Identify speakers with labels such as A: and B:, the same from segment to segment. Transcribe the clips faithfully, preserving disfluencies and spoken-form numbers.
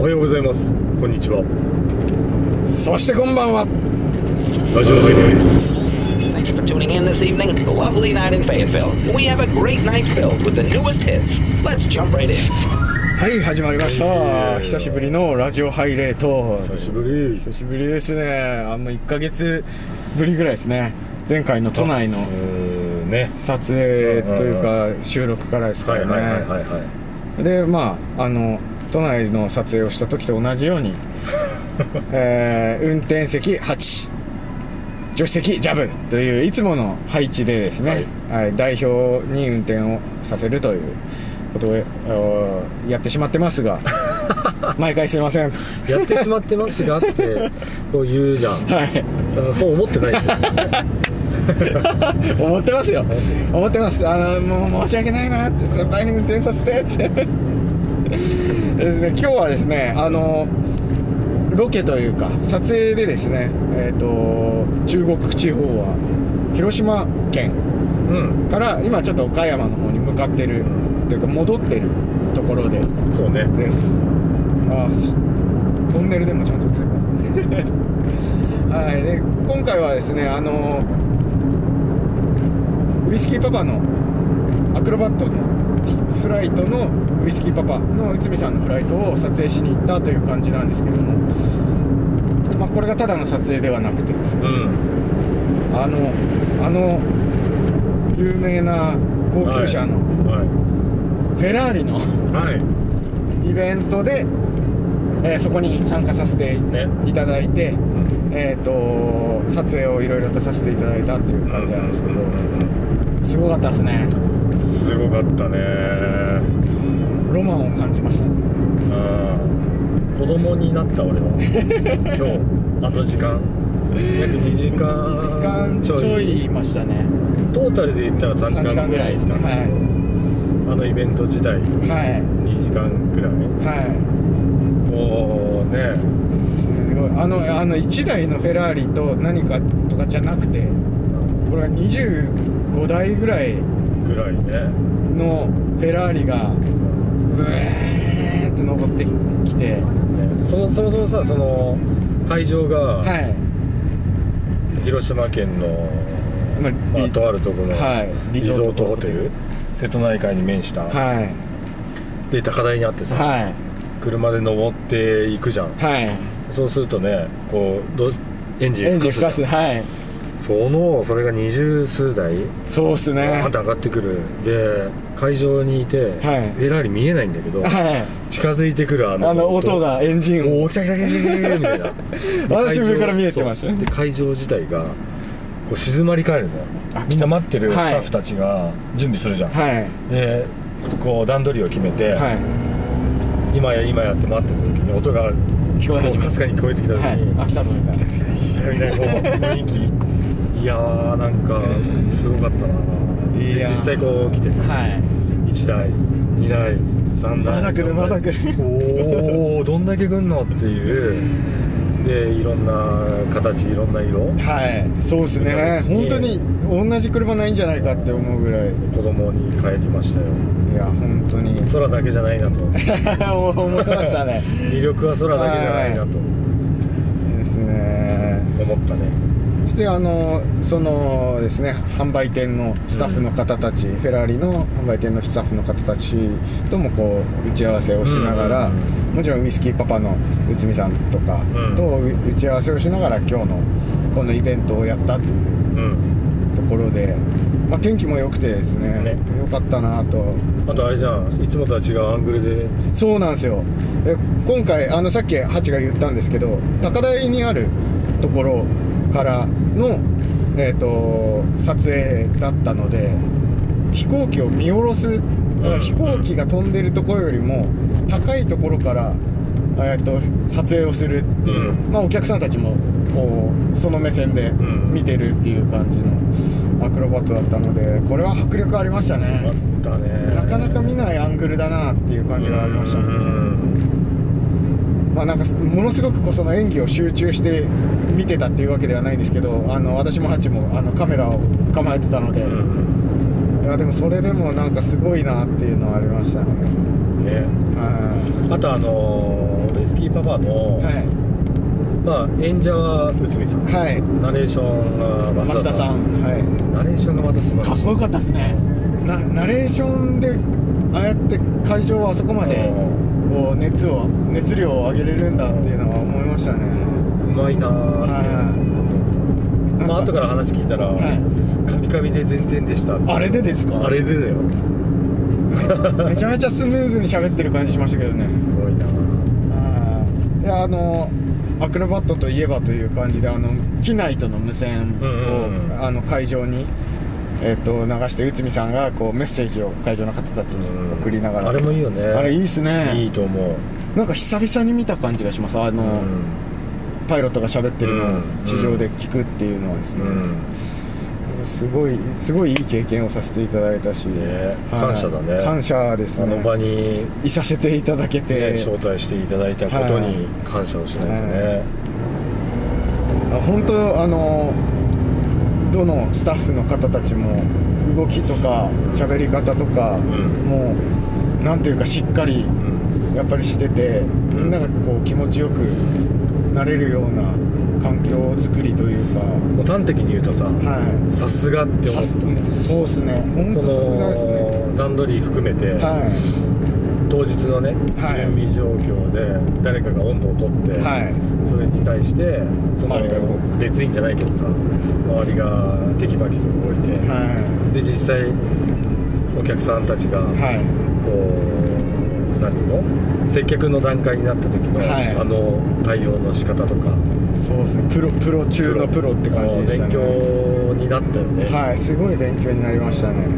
A: はようございます。こんにちは。
B: そしてこんばんは。
A: ラジオハイレイ。
C: Thank you for tuning in this evening. A lovely night in Fayetteville. We have a great night filled with the newest hits. Let's jump right in.
B: はい、始まりました。
A: はい、
B: 久しぶりのラジオハイレイと。
A: 久しぶり。
B: 久しぶりですね。あのいっかげつぶりぐらいですね。前回の都内の撮影というか収録からですからね。
A: はいはいはいはい、はい。
B: で、まああの都内の撮影をした時と同じように、えー、運転席はち、助手席ジャブといういつもの配置でですね、はいはい、代表に運転をさせるということをやってしまってますが毎回すいません
A: やってしまってますがってこう言うじゃん、はい、そう思ってないですよね
B: 思ってますよ、思ってます。あのもう申し訳ないなって、先輩に運転させてってですね、今日はですね、あのロケというか撮影でですね、えーと中国地方は広島県から、うん、今ちょっと岡山の方に向かってる、うん、というか戻ってるところで、
A: そうね、
B: です。あ、トンネルでもちゃんと映りますねはい。で今回はですね、あのウイスキーパパのアクロバットのフライトのウイスキーパパの内海さんのフライトを撮影しに行ったという感じなんですけども、まあ、これがただの撮影ではなくてですね、うん、あのあの有名な高級車のフェラーリの、はい、イベントで、えー、そこに参加させていただいて、ね、えーと撮影をいろいろとさせていただいたっていう感じなんですけど、すごかったですね。
A: すごかったね。
B: ロマンを感じましたね。
A: あ、子供になった俺は今日あの時間約にじかんちょい、
B: ちょいいましたね。
A: トータルで言ったらさんじかんぐらいですかね、はい、あのイベント自体、はい、にじかんぐらい、はい、こうね、
B: すごい。あのあのいちだいのフェラーリと何かとかじゃなくて、これはにじゅうごだいぐらい
A: ぐらいね
B: のフェラーリがブーンって登ってきて、ね、
A: そもそもそもさ、その会場が、はい、広島県の、まあまあ、とあるところの、はい、リゾートホテル、瀬戸内海に面した、はい、で高台にあってさ、はい、車で登っていくじゃん、はい、そうするとね、こうどエンジン吹かすじゃん、はい、そのそれが二十数台、そうっすね、バーンと上がってくる。で会場にいて、はい、フェラーリ見えないんだけど、はい、近づいてくるあの、
B: あの音がエンジンを、
A: おー来た来た来た来たみたいな
B: 私上から見えてましたね。
A: で会場自体がこう静まり返るのよ。みんな待ってるスタッフたちが準備するじゃん、はい、でこう段取りを決めて、はい、今や今やって待ってた時に音が聞こえかすかに聞こえてきた時に、はい、あ、来たぞみたいなみたいなこう雰囲気いやー、なんかすごかったな。で実際こう来てさ、はい、いちだいにだいさんだい、
B: まだ来るまだ来る、
A: おおどんだけ来んのっていう。でいろんな形、いろんな色、はい、そうですね。本当に同じ車ないんじゃないかって思うぐらい子供に帰りましたよ。
B: いや本当に
A: 空だけじゃないなと
B: 思いましたね
A: 魅力は空だけじゃないなと
B: ですね、
A: 思ったね。
B: そしてあのそのですね、販売店のスタッフの方たち、うん、フェラーリの販売店のスタッフの方たちともこう打ち合わせをしながら、うんうんうん、もちろんウイスキーパパの内海さんとかと打ち合わせをしながら、今日のこのイベントをやったというところで、まあ、天気も良くてですね、ね、良かったなと。
A: あとあれじゃん、いつもとは違うアングルで。
B: そうなんですよ。で今回あのさっきハチが言ったんですけど、高台にあるところからの、えー、と撮影だったので、飛行機を見下ろす、だから飛行機が飛んでるところよりも高いところから、えー、と撮影をするっていう、うん、まあ、お客さんたちもこうその目線で見てるっていう感じのアクロバットだったので、これは迫力ありましたね。
A: あったね。
B: なかなか見ないアングルだなっていう感じがありましたね。まあ、なんかものすごくこうその演技を集中して見てたっていうわけではないんですけど、あの私もハチもあのカメラを構えてたので、うん、いやでもそれでもなんかすごいなっていうのはありましたね。
A: ね、あとあのウイイスキーパパの、はい、まあ演者は内海さん、はい、ナレーションが増田さん、増田さん、はい、ナレーションがまた素晴らしい。
B: かっこよかったですね。なナレーションでああやって会場はあそこまでこう熱を熱量を上げれるんだっていうのは思いましたね。
A: うまいなーって、はい、まあ後から話聞いたら、はい、カピカピで全然でした。
B: あれでですか？
A: あれでだよ
B: めちゃめちゃスムーズに喋ってる感じしましたけどね。
A: すごいな
B: あ。いや、あのアクロバットといえばという感じで、あの機内との無線を、うんうんうん、あの会場に、えー、と流して内海さんがこうメッセージを会場の方たちに送りながら、
A: うん、あれもいいよね。
B: あれいいっすね。
A: いいと思う。
B: なんか久々に見た感じがします。あの、うん、パイロットが喋ってるのを地上で聞くっていうのはですね、うんうん、すごいすごいいい経験をさせていただいたし、ね、
A: 感謝だね。
B: 感謝ですね。
A: あの場に
B: いさせていただけて、ね、
A: 招待していただいたことに感謝をしないとね。
B: はい、本当あのどのスタッフの方たちも動きとか喋り方とか、うん、もうなんていうかしっかりやっぱりしてて、みんながこう気持ちよくなれるような環境作りというか、
A: もう端的に言うとさ、さすがって思った。
B: そうですね、本当さすがですね。
A: 段取り含めて、はい、当日のね、はい、準備状況で誰かが温度をとって、はい、それに対してその別員じゃないけどさ、周りがテキパキと動いて、はい、で実際お客さんたちが、はい、こう何の接客の段階になった時の、はい、あの対応の仕方とか、
B: そうですね、プロプロ中のプロって感じでしたね。
A: 勉強になったよね。
B: はい、すごい勉強になりましたね。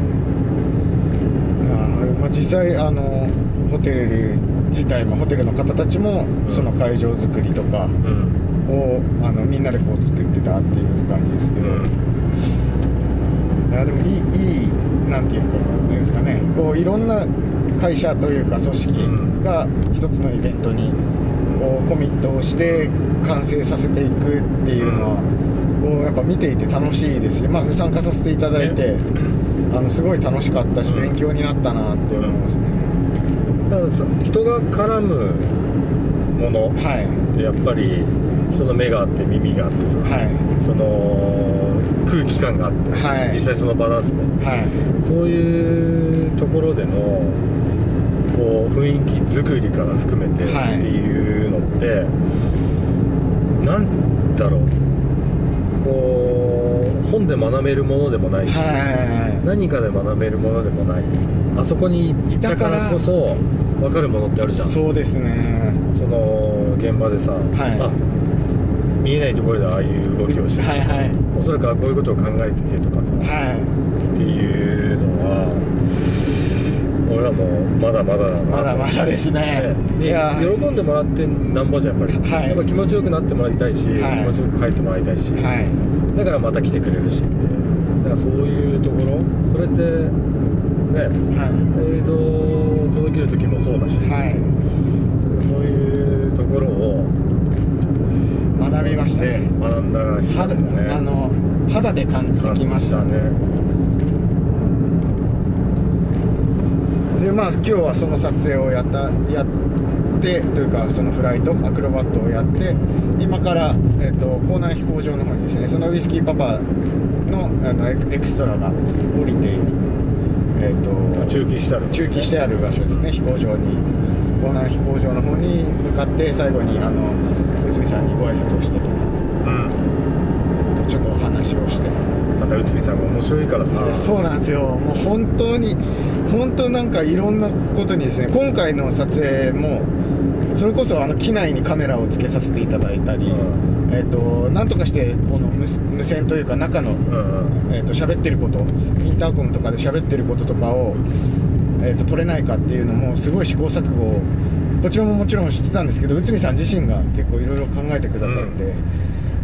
B: あ、まあ、実際あのホテル自体もホテルの方たちも、うん、その会場作りとかを、うん、あのみんなでこう作ってたっていう感じですけど、うん、いやでもいい、いいなんていうかなんですかね、こういろんな会社というか組織が一つのイベントにこうコミットをして完成させていくっていうのは、こうやっぱ見ていて楽しいですし、まあ、参加させていただいて、あのすごい楽しかったし勉強になったなって思いますね。
A: だからさ、人が絡むものってやっぱり人の目があって耳があってさ、はい、その空気感があって、はい、実際その場だってね、はい、そういうところでのこう雰囲気作りから含めてっていうのって、はい、なんだろう、こう本で学べるものでもないし、はいはいはい、何かで学べるものでもない、あそこにいたからこそ分かるものってあるじゃん。
B: そうですね。
A: その現場でさ、はい、あ、見えないところでああいう動きをして、はいはい、おそらくこういうことを考えててとかさ、はい、っていうのは俺はもうまだまだだな。
B: まだまだですね。
A: で、いや、喜んでもらってなんぼじゃやっぱり、はい、やっぱ気持ちよくなってもらいたいし、はい、気持ちよく帰ってもらいたいし、はい、だからまた来てくれるしって、だからそういうところ、それってね、はい、映像を届ける時もそうだし、はい、そういうところを
B: 学びましたね。
A: ね、学んだ日だね。
B: あの肌で感じてきましたね。で、まあ今日はその撮影をやったやってというか、そのフライトアクロバットをやって、今から、えー、と港南飛行場の方にですね、そのウイスキーパパの、あのエクストラが降りている、えー、と
A: 駐機してある、ね、
B: 駐機してある場所ですね。飛行場に港南飛行場の方に向かって、最後にあの内海さんにご挨拶をしてと、うん、ちょっとお話をして、
A: また内海さんが面白いからさ。
B: そうなんですよ。もう本当に本当なんかいろんなことにですね、今回の撮影もそれこそあの機内にカメラをつけさせていただいたり、うん、えー、となんとかしてこの 無, 無線というか中の、うん、えー、と喋ってること、インターコムとかで喋ってることとかを、えー、と撮れないかっていうのもすごい試行錯誤をこちらももちろん知ってたんですけど、内海さん自身が結構いろいろ考えてくださって、うん、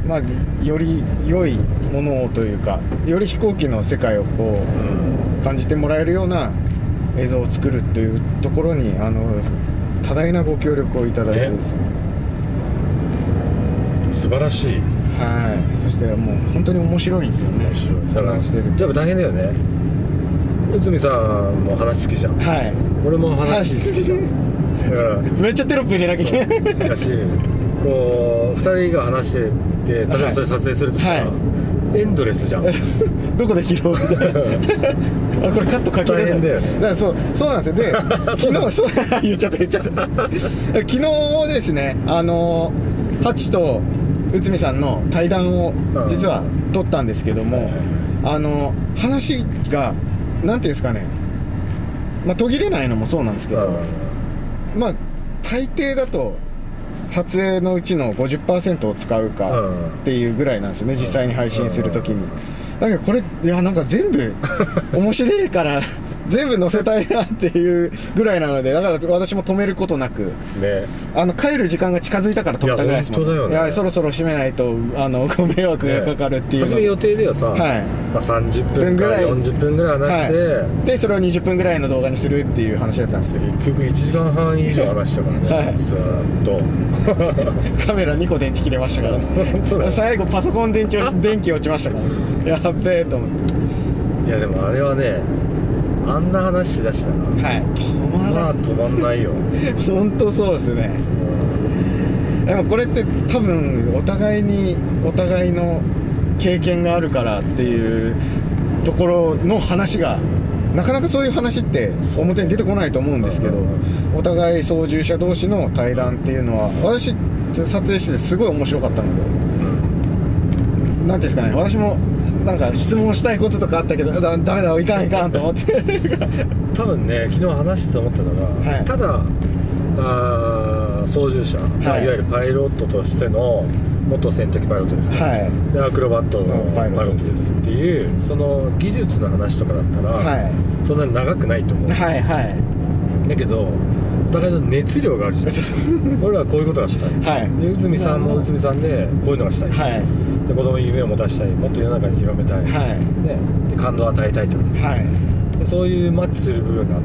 B: まあ、より良いものをというか、より飛行機の世界をこう、うん、感じてもらえるような映像を作るというところにあの多大なご協力をいただいてですね、
A: 素晴らしい。
B: はい。そしてもう本当に面白いんですよね。面白い。だから
A: 話してるとやっぱ大変だよね。内海さんも話好きじゃん。はい。俺も話好きじゃん。 から
B: めっちゃテロップ入れなきゃいけない
A: だし、こうふたりが話してて、例えばそれ撮影するとしたら、はい、エンドレスじゃん
B: どこで切ろうみたいなあ、これカットかけれないんだよね。だからそうそうなんですよ。で昨日そう言っちゃった言っちゃった昨日ですね、あのハチと内海さんの対談を実は撮ったんですけども、うん、あの話がなんていうんですかね、まあ途切れないのもそうなんですけど、うん、まあ大抵だと撮影のうちの ごじゅっパーセント を使うかっていうぐらいなんですよね、実際に配信するときに。だけどこれ、いやなんか全部面白いから全部載せたいなっていうぐらいなので、だから私も止めることなく、ね、あの帰る時間が近づいたから止めたぐらいですもん。いや、本当だよね。いや、そろそろ閉めないとあのご迷惑がかかるっていう、ね、
A: 初め予定ではさ、はい、まあ、さんじゅっぷんからよんじゅっぷんぐらい話して、はい、で
B: それをにじゅっぷんぐらいの動画にするっていう話だったんですけど、
A: 結局いちじかんはん以上話したからね、はい、ずーっと
B: カメラにこ電池切れましたから最後パソコン電池電気落ちましたからやっべえと思って。
A: いやでもあれはね、あんな話しだしたら、はい、止まらまあ止まんないよ
B: 本当そうですね、うん、でもこれって多分お互いにお互いの経験があるからっていうところの話が、なかなかそういう話って表に出てこないと思うんですけど、お互い操縦者同士の対談っていうのは私撮影しててすごい面白かったので、うん、なんていうんですかね、私もなんか質問したいこととかあったけど、だダメだいかんいかんと思って
A: 多分ね、昨日話してて思ったのが、はい、ただあ操縦者、はいまあ、いわゆるパイロットとしての元戦闘機パイロットですね、はい、でアクロバットのパイロットですっていう、その技術の話とかだったら、はい、そんなに長くないと思う、はいはい、だけどお互いの熱量があるじゃん俺はこういうことがしたい、はい、で内海さんも内海さんでこういうのがしたい、はい、で子供に夢を持たせたい、もっと世の中に広めたい、はいね、で感動を与えたいとか、はい、でそういうマッチする部分があって、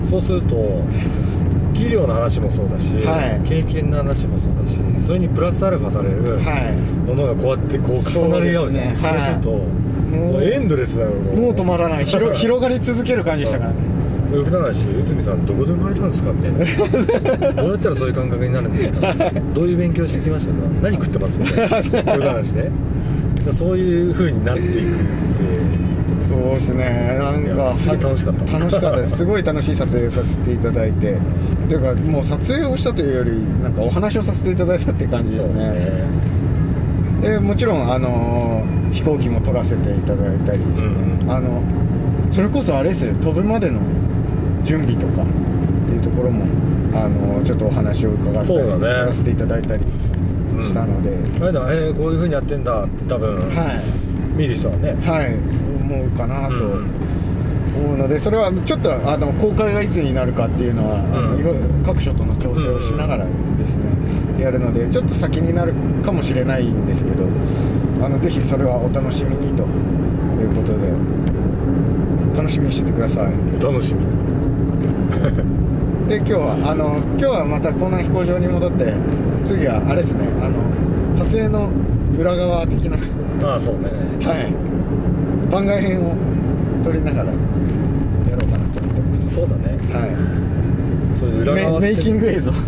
A: そうすると技量の話もそうだし、はい、経験の話もそうだし、それにプラスアルファされるものがこうやってこう重なり合うじゃん。 そうですね、はい、そうするともうエンドレスなの、
B: もう止まらない広, 広がり続ける感じでしたからね。
A: よく話、内海さんどこで生まれたんですかみたいなどうやったらそういう感覚になるんですかどういう勉強してきましたか、何食ってますみたいなそういう話ねそういう風になっていくって。
B: そうですね、なんか
A: 楽しかった
B: 楽しかったですすごい楽しい撮影をさせていただいて、というかもう撮影をしたというよりなんかお話をさせていただいたって感じですね。でもちろんあの飛行機も撮らせていただいたりですね、うん、あのそれこそあれですよ、飛ぶまでの準備とかっていうところもあのちょっとお話を伺ったり、ね、撮らせていただいたりしたので、
A: うん、あれだ、えー、こういう風にやってんだって多分、はい、見る人はね、はい
B: 思うかなと思うので、うん、それはちょっとあの公開がいつになるかっていうのは、うん、あのいろ各所との調整をしながらですね、うん、やるのでちょっと先になるかもしれないんですけど、あのぜひそれはお楽しみにということで楽しみにしててください。
A: お楽しみ
B: で今日はあの今日はまた港南飛行場に戻って、次はあれですね、あの撮影の裏側的な
A: ああそうね、
B: はい番外編を撮りながらやろうかなと思ってます。
A: そうだね、
B: はい、
A: そういう裏側
B: メイキング映像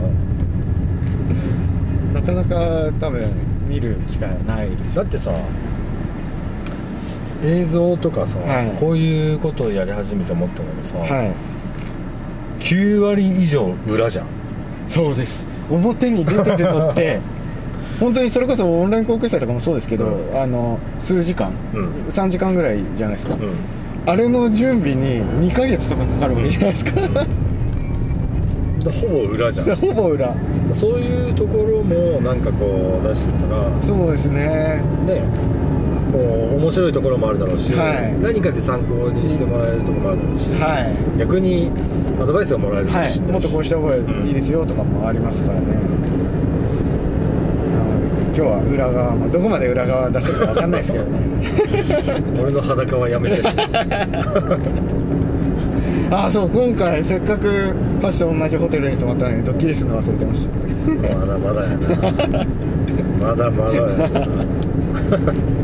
B: なかなか多分見る機会ない。
A: だってさ、映像とかさ、はい、こういうことをやり始めて思ったのがさ、はい、きゅうわり以上裏じゃん。
B: そうです、表に出てるのって本当にそれこそオンライン航空祭とかもそうですけど、うん、あの数時間、うん、さんじかんぐらいじゃないですか、うん、あれの準備ににかげつとかかかるわけじゃないですか、
A: うん、ほぼ裏じゃん
B: ほぼ裏。
A: そういうところもなんかこう出してたら、
B: そうですね、
A: ね、こう面白いところもあるだろうし、はい、何かで参考にしてもらえるところもあるだろうし、はい、逆にアドバイスがもらえるかもしれないし、はい、
B: もっとこうした方がいいですよとかもありますからね、うん、今日は裏側もどこまで裏側出せるか分かんないですけどね
A: 俺の裸はやめてる
B: ああそう、今回せっかくファッション同じホテルに泊まったのにドッキリするの忘れてました
A: まだまだやなまだまだやな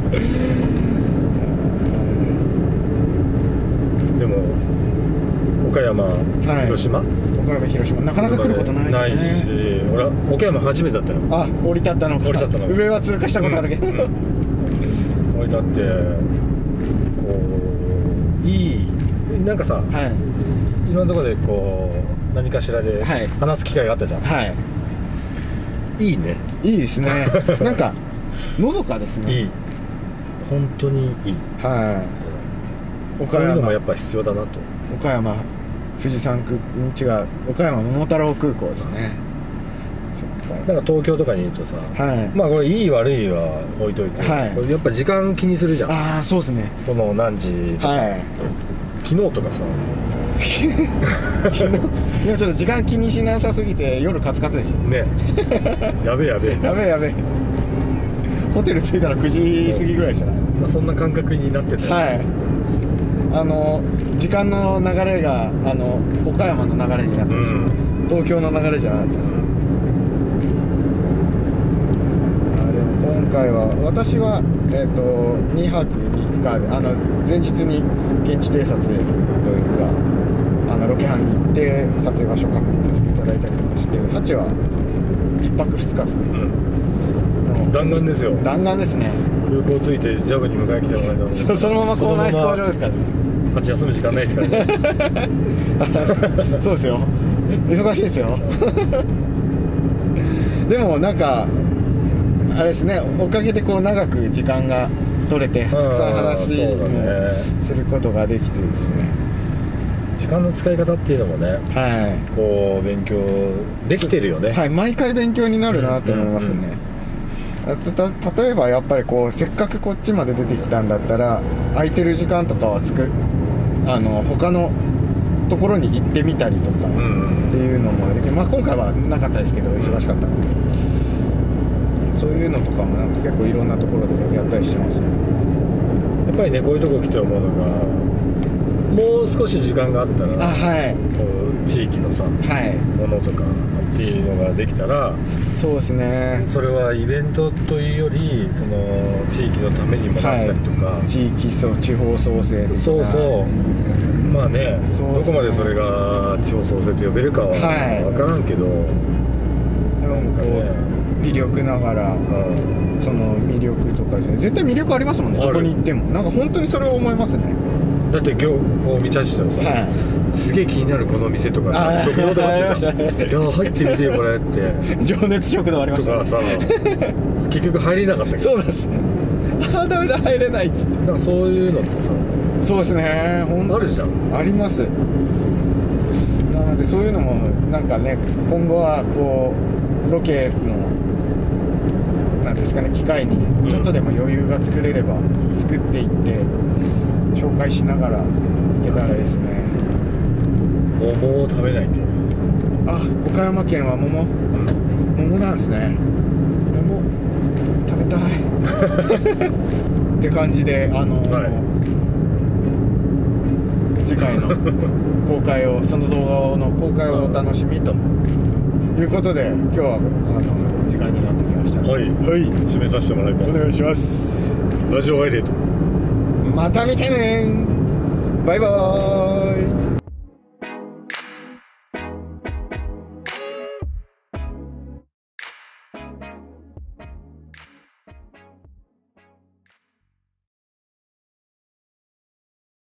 A: でもお岡山、はい、広島
B: 岡山広島なかなか来ることないですね。
A: ないし、俺は岡山初めてだったよ。
B: あ、降り立ったのか。
A: 降り立ったの
B: 上は通過したことあるけど、うんうん、
A: 降り立ってこういいなんかさ、はい、いろんなところでこう何かしらで話す機会があったじゃん。はい、いいね。いいですね。
B: なんかのどかですね。
A: いい、本当にいい。はい、岡山こういうのもやっぱ必要だなと。
B: 岡山富士山空違う岡山桃太郎空港ですね。
A: なんか東京とかにいるとさ、はい、まあこれいい悪いは置いといて、はい、これやっぱ時間気にするじゃん。
B: ああ、そうですね。
A: この何時とか、はい、昨日とかさ
B: 昨日ちょっと時間気にしなさすぎて夜カツカツでしょね。
A: やべえやべえ
B: やべえやべえホテル着いたらくじ過ぎぐらいでしたね。
A: そ,、まあ、そんな感覚になってた、ね、はい。
B: あの時間の流れがあの岡山の流れになってました、うん、東京の流れじゃなかったです、うん、あでも今回は私は、えー、とにはくみっかであの前日に現地偵察というかあのロケハンに行って撮影場所確認させていただいたりとかして、はちはいっぱくふつかですね、
A: うん、弾丸ですよ。
B: 弾丸ですね。
A: 空港着いてジャブに迎え来てもらえたの。
B: そ, そのまま港内飛行場ですからね。
A: はち休む時間ないですからね。
B: そうですよ、忙しいですよ。でもなんかあれですね、おかげでこう長く時間が取れてたくさん話もすることができてですね、
A: 時間の使い方っていうのもね、はい、こう勉強できてるよね。
B: はい、毎回勉強になるなと思いますね、うんうんうん、た例えばやっぱりこうせっかくこっちまで出てきたんだったら空いてる時間とかはつくあの他のところに行ってみたりとかっていうのもできる、まあ、今回はなかったですけど忙しかったので、そういうのとかもなんか結構いろんなところでやったりしてますね。
A: やっぱりね、こういうとこ来て思うのが、もう少し時間があったら、あ、はい、こう地域のさ、はい、ものとかっていうのができたら、
B: そうですね、
A: それはイベントというよりその地域のためにもなったりとか、はい、
B: 地域そう地方創生的な、
A: そうそう、まあ ね, ねどこまでそれが地方創生と呼べるかは分からんけど、はい、
B: なんかね微力ながら、うん、その魅力とかですね、絶対魅力ありますもんね、どこに行っても。なんか本当にそれを思いますね。
A: だって今日こう見ちゃってたらさ、はい、すげえ気になるこの店とか食堂とかあってさ、いや入ってみてよこれって
B: 情熱食堂ありましたね
A: とかさ結局入れなかったけど、
B: そうです、ああダメだ入れないっつって、
A: なんかそういうのってさ、
B: そうですね、本当
A: あるじゃん、あ
B: ります。なのでそういうのもなんかね、今後はこうロケのなんですかね、機会にちょっとでも余裕が作れれば作っていって紹介しながらいけたらいいですね。
A: 桃を食べないと。
B: あ、岡山県は桃、うん、桃なんですね。桃食べたいって感じで、あのーはい、次回の公開をその動画の公開をお楽しみということで、今日はあの時間になってきましたので、
A: はい、はい、締めさせてもらいます。
B: お願いします。
A: ラジオハイレート、
B: また見てねー。バイバーイ。